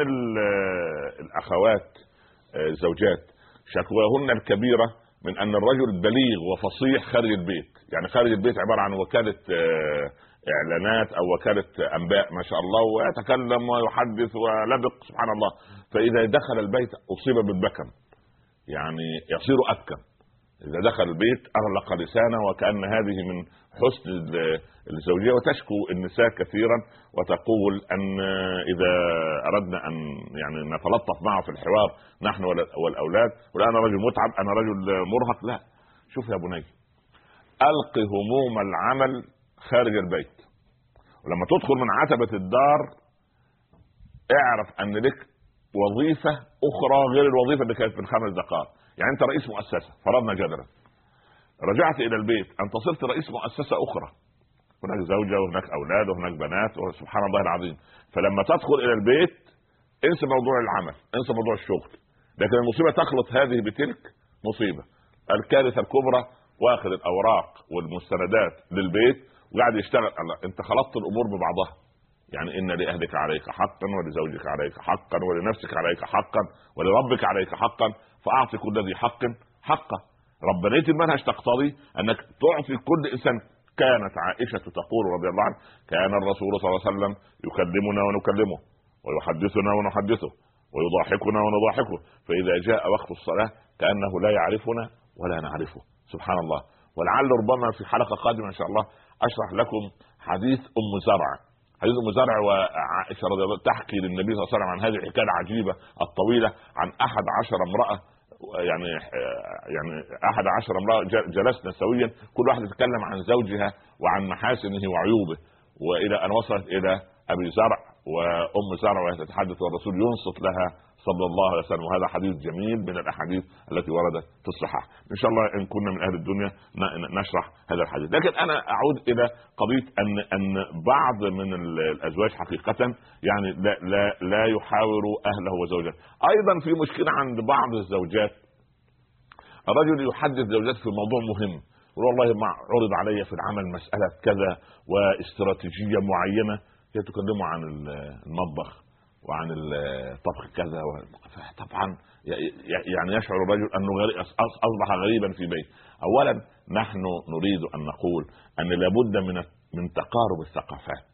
الاخوات الزوجات شكواهن الكبيره من ان الرجل بليغ وفصيح خارج البيت، يعني خارج البيت عباره عن وكاله اعلانات او وكاله انباء ما شاء الله، ويتكلم ويحدث ولبق سبحان الله، فاذا دخل البيت اصيب بالبكم، يعني يصير ابكم. اذا دخل البيت اغلق لسانه، وكأن هذه من حسن الزوجيه. وتشكو النساء كثيرا وتقول ان اذا اردنا ان يعني نتلطف معه في الحوار نحن والاولاد، ولا انا رجل متعب، انا رجل مرهق. لا، شوف يا بني، الق هموم العمل خارج البيت، ولما تدخل من عتبة الدار اعرف ان لك وظيفة اخرى غير الوظيفة اللي كانت من 5 دقائق. يعني انت رئيس مؤسسة، فرضنا جدلا، رجعت الى البيت، انت صرت رئيس مؤسسة اخرى، هناك زوجة وهناك اولاد وهناك بنات، وسبحان الله العظيم. فلما تدخل الى البيت انسى موضوع العمل، انسى موضوع الشغل، لكن المصيبة تخلط هذه بتلك مصيبة. الكارثة الكبرى واخذ الاوراق والمستندات للبيت وقاعد يشتغل. الله، انت خلطت الامور ببعضها. يعني ان لاهلك عليك حقا، ولزوجك عليك حقا، ولنفسك عليك حقا، ولربك عليك حقا، فاعطي كل ذي حق حقه. ربانية المنهج تقتضي انك تعطي كل انسان. كانت عائشة تقول رضي الله عنها: كان الرسول صلى الله عليه وسلم يكلمنا ونكلمه، ويحدثنا ونحدثه، ويضاحكنا ونضاحكه، فاذا جاء وقت الصلاة كأنه لا يعرفنا ولا نعرفه. سبحان الله. ولعل ربما في حلقة قادمة ان شاء الله اشرح لكم حديث ام زرع. حديث ام زرع وعائشة رضي الله تحكي للنبي صلى الله عليه وسلم عن هذه الحكاية العجيبة الطويلة عن 11 امرأة، يعني 11 امرأة جلسنا سويا، كل واحد يتكلم عن زوجها وعن محاسنه وعيوبه، والى ان وصلت الى ابي زرع وام زرع وهي تتحدث والرسول ينصت لها صلى الله عليه وسلم. وهذا حديث جميل من الاحاديث التي وردت في الصحاح. ان شاء الله ان كنا من اهل الدنيا نشرح هذا الحديث. لكن انا اعود الى قضيه ان بعض من الازواج حقيقه يعني لا يحاور اهله وزوجته. ايضا في مشكله عند بعض الزوجات، الرجل يحدث زوجته في موضوع مهم، والله ما عرض علي في العمل مساله كذا واستراتيجيه معينه، هي تكلمه عن المطبخ وعن الطبخ كذا. طبعا يعني يشعر الرجل انه اصبح غريبا في بيت. اولا نحن نريد ان نقول ان لابد من تقارب الثقافات،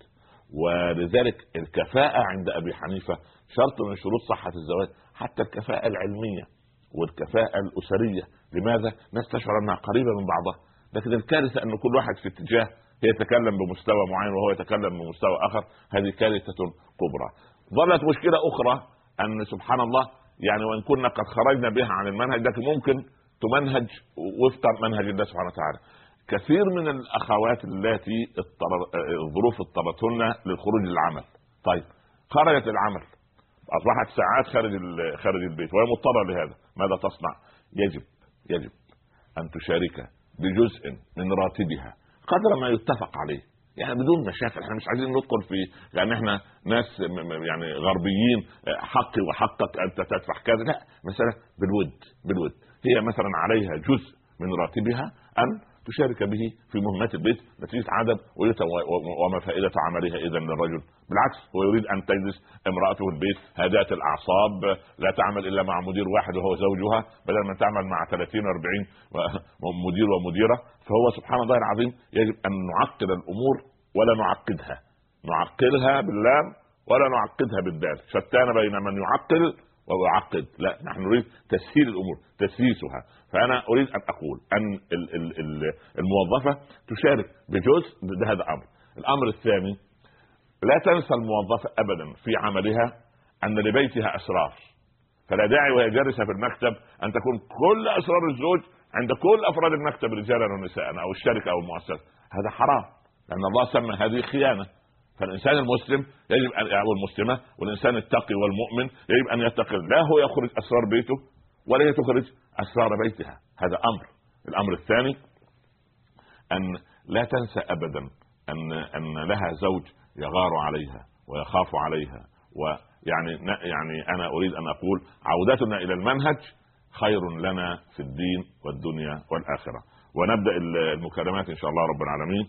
ولذلك الكفاءة عند ابي حنيفة شرط من شروط صحة الزواج، حتى الكفاءة العلمية والكفاءة الاسرية. لماذا؟ ناس تشعر انها قريبة من بعضها، لكن الكارثة ان كل واحد في اتجاه، هي يتكلم بمستوى معين وهو يتكلم بمستوى اخر. هذه كارثة كبرى. ظلت مشكلة اخرى ان سبحان الله يعني وان كنا قد خرجنا بها عن المنهج، لكن ممكن تمنهج وفق منهج الله سبحانه وتعالى. كثير من الاخوات التي الظروف اضطرتهن للخروج للعمل، طيب خرجت العمل، اصبحت ساعات خارج البيت وهي مضطرة لهذا، ماذا تصنع؟ يجب ان تشارك بجزء من راتبها قدر ما يتفق عليه، يعني بدون مشاكل. احنا مش عايزين ندخل في يعني احنا ناس يعني غربيين، حقي وحقك انت تدفع كذا، لا، مسألة بالود. هي مثلا عليها جزء من راتبها ان تشارك به في مهمات البيت نتيجة عدم وما فائدة عملها اذا للرجل؟ بالعكس، هو يريد ان تجلس امرأته البيت هادئة الاعصاب، لا تعمل الا مع مدير واحد وهو زوجها، بدل ما تعمل مع 30 و40 مدير ومديرة. فهو سبحان الله العظيم يجب ان نعقد الامور ولا نعقدها، نعقلها باللام ولا نعقدها بالدال، شتان بين من يعقل ويعقد. لا، نحن نريد تسهيل الامور، تسييسها. فانا اريد ان اقول ان الموظفة تشارك بجزء، هذا امر. الامر الثاني، لا تنسى الموظفة ابدا في عملها ان لبيتها اسرار، فلا داعي وهي جالسة في المكتب ان تكون كل اسرار الزوج عند كل افراد المكتب رجالا ونساء او الشركة او المؤسسة. هذا حرام، لان الله سمى هذه خيانة. فالإنسان المسلم يجب أن، أو المسلمة، والإنسان التقي والمؤمن يجب أن يتقي، لا هو يخرج أسرار بيته ولا هي تخرج أسرار بيتها. هذا أمر. الأمر الثاني أن لا تنسى أبدا أن لها زوج يغار عليها ويخاف عليها. يعني أنا أريد أن أقول عودتنا إلى المنهج خير لنا في الدين والدنيا والآخرة. ونبدأ المكالمات إن شاء الله رب العالمين.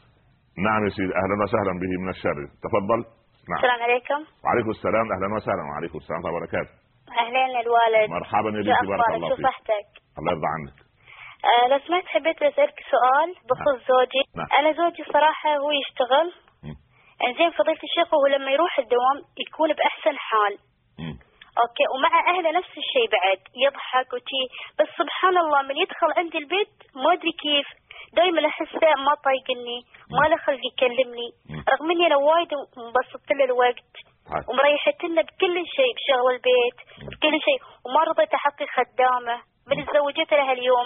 نعم يا سيدي، أهلا وسهلا به من الشر، تفضل. نعم. السلام عليكم. وعليكم السلام، أهلا وسهلا. وعليكم السلام ورحمة الله وبركاته. أهلين الوالد. مرحبا يا بنتي، بارك الله فيك. صحتك. الله يرضى عنك. لو سمحت حبيت أسألك سؤال بخصوص زوجي. أنا زوجي صراحة هو يشتغل انزين فضيلة الشيخ، وهو لما يروح الدوام يكون بأحسن حال. اوكي، ومع اهله نفس الشيء بعد، يضحك وشي. بس سبحان الله من يدخل عندي البيت ما ادري كيف دايما احسه ما طايقني، ما له خلق يكلمني، رغم اني انا وايد مبسطت له الوقت ومريحت لنا بكل شيء، بشغل البيت بكل شيء، وما رضيت احقي خدامه من تزوجت لها اليوم.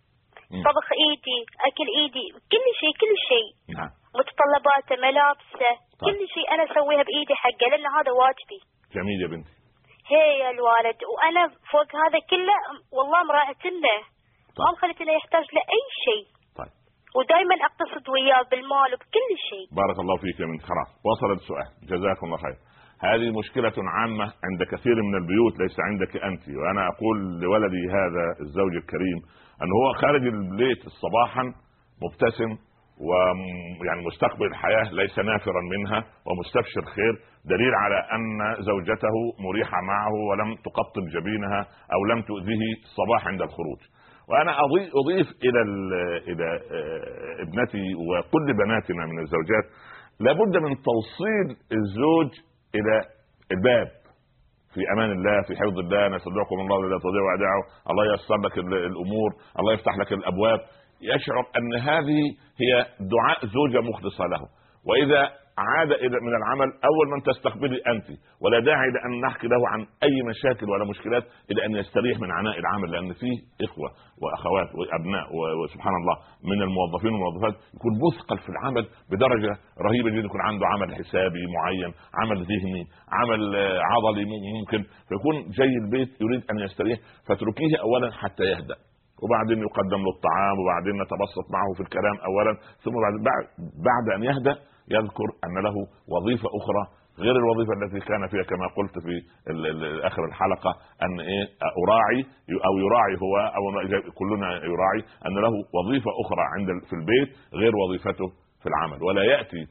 طبخ ايدي، اكل ايدي، كل شيء متطلباته، ملابسه، كل شيء انا اسويها بايدي حقه، لان هذا واجبي. جميل يا بنتي. هي يا الوالد، وانا فوق هذا كله والله مراعت له، ما مخليت انه يحتاج لاي شيء. طيب. ودائما اقتصد وياه بالمال وبكل شيء. بارك الله فيك يا بنتي. خلاص وصل السؤال، جزاكم الله خير. هذه مشكلة عامة عند كثير من البيوت، ليس عندك أنت. وأنا أقول لولدي هذا الزوج الكريم أن هو خارج البيت صباحا مبتسم، ويعني مستقبل الحياة ليس نافرا منها ومستبشر خير، دليل على أن زوجته مريحة معه ولم تقطب جبينها أو لم تؤذيه الصباح عند الخروج. وأنا أضيف إلى ابنتي وكل بناتنا من الزوجات، لابد من توصيل الزوج إلى الباب في أمان الله، في حفظ الله، نستودعكم الله لا تضيع ودائعه، الله ييسر لك الأمور، الله يفتح لك الأبواب. يشعر أن هذه هي دعاء زوجة مخلصة له. وإذا عاد من العمل أول من تستقبلي أنت، ولا داعي لأن نحكي له عن أي مشاكل ولا مشكلات إلى أن يستريح من عناء العمل، لأن فيه إخوة وأخوات وأبناء وسبحان الله من الموظفين والموظفات يكون مثقل في العمل بدرجة رهيبة جدا، يكون عنده عمل حسابي معين، عمل ذهني، عمل عضلي ممكن، فيكون جاي البيت يريد أن يستريح، فتركيه أولا حتى يهدأ، وبعدين يقدم له الطعام، وبعدين نتبسط معه في الكلام أولا، ثم بعد أن يهدأ يذكر أن له وظيفة أخرى غير الوظيفة التي كان فيها، كما قلت في آخر الحلقة أن أراعي أو يراعي هو أو كلنا يراعي أن له وظيفة أخرى في البيت غير وظيفته في العمل، ولا يأتي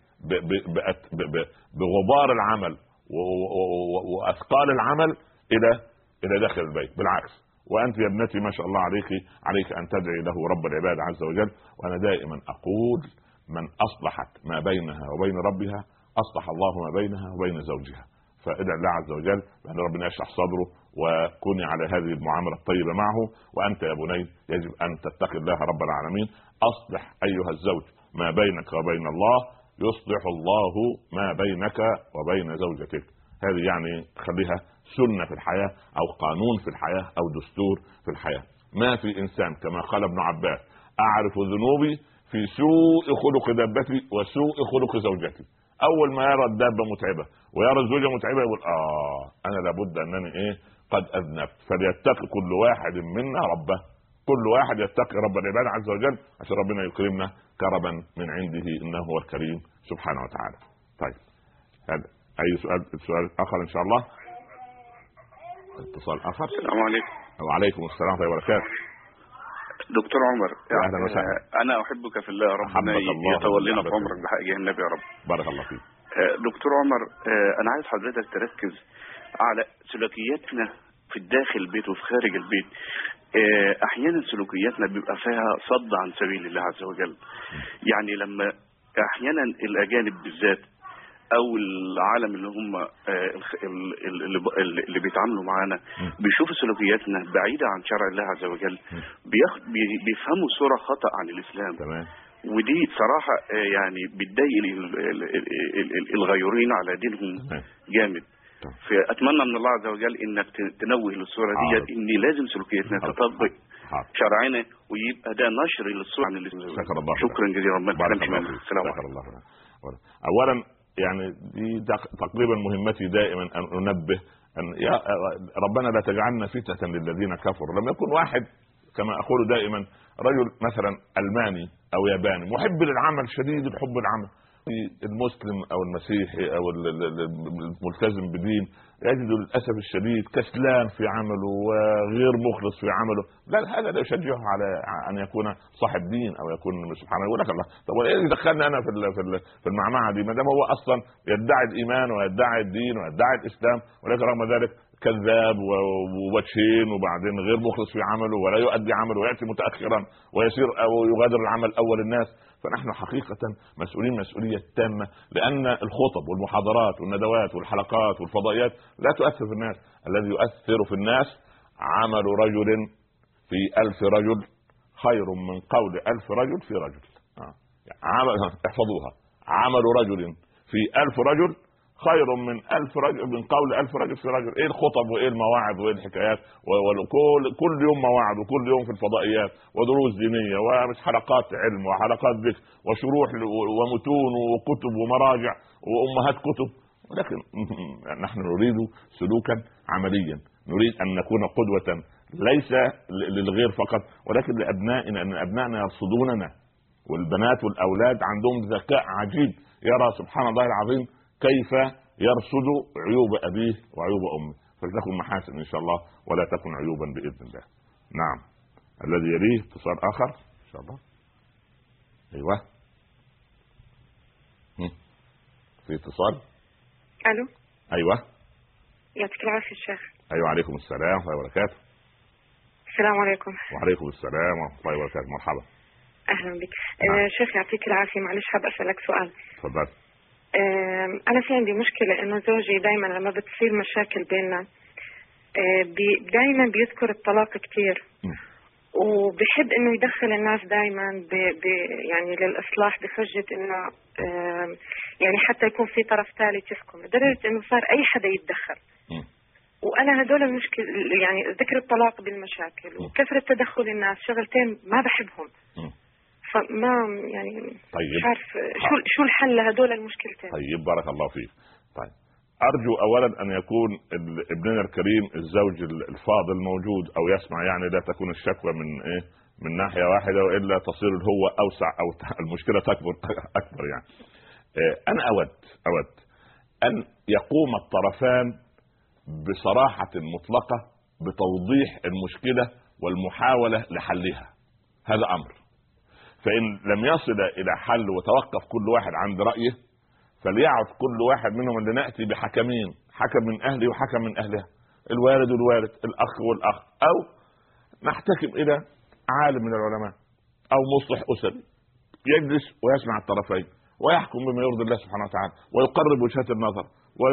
بغبار العمل وأثقال العمل إلى داخل البيت، بالعكس. وأنت يا ابنتي ما شاء الله عليك أن تدعي له رب العباد عز وجل. وأنا دائما أقول من أصلحت ما بينها وبين ربها أصلح الله ما بينها وبين زوجها. فادعي الله عز وجل بأن ربنا يشرح صدره، وكوني على هذه المعاملة الطيبة معه. وأنت يا بني يجب أن تتقي الله رب العالمين. أصلح أيها الزوج ما بينك وبين الله يصلح الله ما بينك وبين زوجتك. هذه يعني خليها سنة في الحياة أو قانون في الحياة أو دستور في الحياة. ما في إنسان كما قال ابن عباس أعرف ذنوبي في سوء خلق دابتي وسوء خلق زوجتي. أول ما يرى الدابة متعبة ويرى الزوجة متعبة يقول أنا لابد أنني قد أذنبت. فليتقي كل واحد منا ربه، كل واحد يتقي رب العباد عز وجل عشان ربنا يكرمنا كرما من عنده إنه هو الكريم سبحانه وتعالى. طيب هذا أي سؤال آخر إن شاء الله؟ اتصال آخر. السلام عليكم. وعليكم السلام ورحمة الله وبركاته. دكتور عمر، أهلا وسهلا. أنا أحبك في الله، ربنا يتولينا في عمرك بحق النبي يا رب. بارك الله فيك. دكتور عمر، أنا عايز حضرتك تركز على سلوكياتنا في داخل البيت وفي خارج البيت. أحيانا سلوكياتنا بيبقى فيها صد عن سبيل الله عز وجل. يعني لما أحيانا الأجانب بالذات او العالم اللي هم اللي بيتعاملوا معانا بيشوفوا سلوكياتنا بعيدة عن شرع الله عز وجل، بيفهموا صورة خطأ عن الاسلام. تمام. ودي صراحة يعني بتضايق الغيورين على دينهم جامد. فأتمنى من الله عز وجل انك تنوه للصورة دي، ان لازم سلوكياتنا تطبق شرعنا ويبقى ده نشر للصورة عن الاسلام. شكرا جزيلا. السلام عليكم. اولا يعني دي تقريبا مهمتي دائما ان انبه ان يا ربنا لا تجعلنا فتنة للذين كفروا. لما يكون واحد كما اقول دائما رجل مثلا الماني او ياباني محب للعمل، شديد الحب العمل، المسلم او المسيحي او الملتزم بدين يجد للاسف الشديد كسلان في عمله وغير مخلص في عمله، لا هذا لا يشجعه على ان يكون صاحب دين او يكون سبحانه. يقول لك الله طب ايه دخلني انا في المعمعه دي ما دام هو اصلا يدعي الايمان ويدعي الدين ويدعي الاسلام، ولكن رغم ذلك كذاب ووجهين وبعدين غير مخلص في عمله ولا يؤدي عمله وياتي متاخرا ويسير او يغادر العمل اول الناس. فنحن حقيقة مسؤولين مسؤولية تامة، لأن الخطب والمحاضرات والندوات والحلقات والفضائيات لا تؤثر في الناس. الذي يؤثر في الناس عمل رجل في 1000 رجل خير من قول 1000 رجل في رجل. احفظوها، عمل رجل في 1000 رجل خير من 1000 رجل من قول 1000 رجل في رجل. ايه الخطب وايه المواعظ وايه الحكايات كل يوم مواعظ وكل يوم في الفضائيات ودروس دينيه ومش حلقات علم وحلقات ذكر وشروح ومتون وكتب ومراجع وامهات كتب، ولكن نحن نريد سلوكا عمليا، نريد ان نكون قدوه ليس للغير فقط ولكن لابنائنا، ان ابنائنا يرصدوننا، والبنات والاولاد عندهم ذكاء عجيب يرى سبحان الله العظيم كيف يرصد عيوب أبيه وعيوب أمه، فلتكن محاسن إن شاء الله ولا تكن عيوبا بإذن الله. نعم، الذي يليه اتصال آخر إن شاء الله. أيوة، في اتصال. ألو. أيوة، يعطيك العافية الشيخ. أيوة، عليكم السلام ورحمة الله وبركاته. السلام عليكم. وعليكم السلام ورحمة الله وبركاته. مرحبا. أهلا بك. شيخ يعطيك العافية، معلش حاب أسألك سؤال. تفضل. أنا في عندي مشكلة إنه زوجي دايما لما بتصير مشاكل بيننا دايما بيذكر الطلاق كتير، وبحب إنه يدخل الناس دايما يعني للإصلاح بحجة إنه يعني حتى يكون في طرف ثالث يحكم، لدرجة إنه صار أي حدا يتدخل. وأنا هدول المشكلة يعني ذكر الطلاق بالمشاكل وكثرة تدخل الناس شغلتين ما بحبهم. فما يعني طيب. مش عارف شو الحل لهدول المشكلتين. طيب بارك الله فيك. طيب أرجو أولا أن يكون ابننا الكريم الزوج الفاضل موجود أو يسمع، يعني لا تكون الشكوى من ناحية واحدة وإلا تصير هو أوسع أو المشكلة تكبر أكبر. يعني أنا أود أن يقوم الطرفان بصراحة مطلقة بتوضيح المشكلة والمحاولة لحلها، هذا أمر. فإن لم يصل إلى حل وتوقف كل واحد عند رأيه فليعد كل واحد منهم أن نأتي بحكمين، حكم من أهلي وحكم من أهلها، الوالد والوالد، الأخ والأخ، أو نحتكم إلى عالم من العلماء أو مصلح أسري يجلس ويسمع الطرفين ويحكم بما يرضي الله سبحانه وتعالى ويقرب وجهات النظر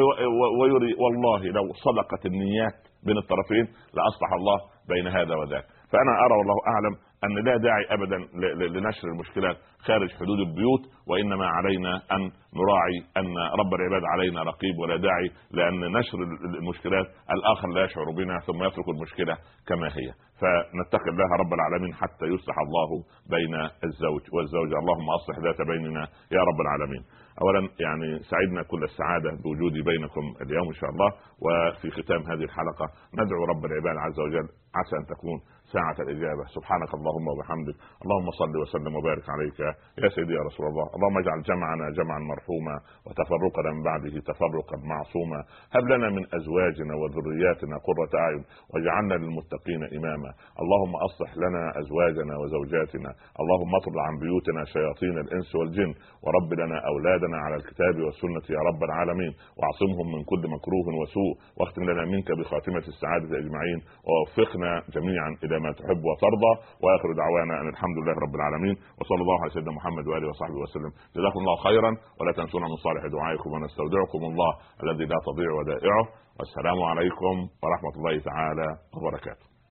ويري. والله لو صدقت النيات بين الطرفين لأصلح الله بين هذا وذاك. فأنا أرى والله أعلم أن لا داعي أبدا لنشر المشكلات خارج حدود البيوت، وإنما علينا أن نراعي أن رب العباد علينا رقيب، ولا داعي لأن نشر المشكلات الآخر لا يشعر بنا ثم يترك المشكلة كما هي. فنتقي الله رب العالمين حتى يصلح الله بين الزوج والزوجة. اللهم أصلح ذات بيننا يا رب العالمين. أولا يعني سعدنا كل السعادة بوجودي بينكم اليوم إن شاء الله. وفي ختام هذه الحلقة ندعو رب العباد عز وجل عسى أن تكون ساعة الإجابة. سبحانك اللهم وبحمدك، اللهم صل وسلم وبارك عليك يا سيدي يا رسول الله. اللهم اجعل جمعنا جمعا مرحوما وتفرقنا من بعده تفرقا معصوما. هب لنا من أزواجنا وذرياتنا قرة أعين واجعلنا للمتقين إماما. اللهم أصلح لنا أزواجنا وزوجاتنا، اللهم اطرد عن بيوتنا شياطين الإنس والجن، ورب لنا أولادنا على الكتاب والسنة يا رب العالمين، واعصمهم من كل مكروه وسوء، واختم لنا منك بخاتمة السعادة أجمعين، ووفقنا جميعا إلى ما تحب وترضى. واخر دعوانا ان الحمد لله رب العالمين، وصلى الله على سيدنا محمد واله وصحبه وسلم. جزاكم الله خيرا، ولا تنسونا من صالح دعائكم، ونستودعكم الله الذي لا تضيع ودائعه. والسلام عليكم ورحمه الله تعالى وبركاته.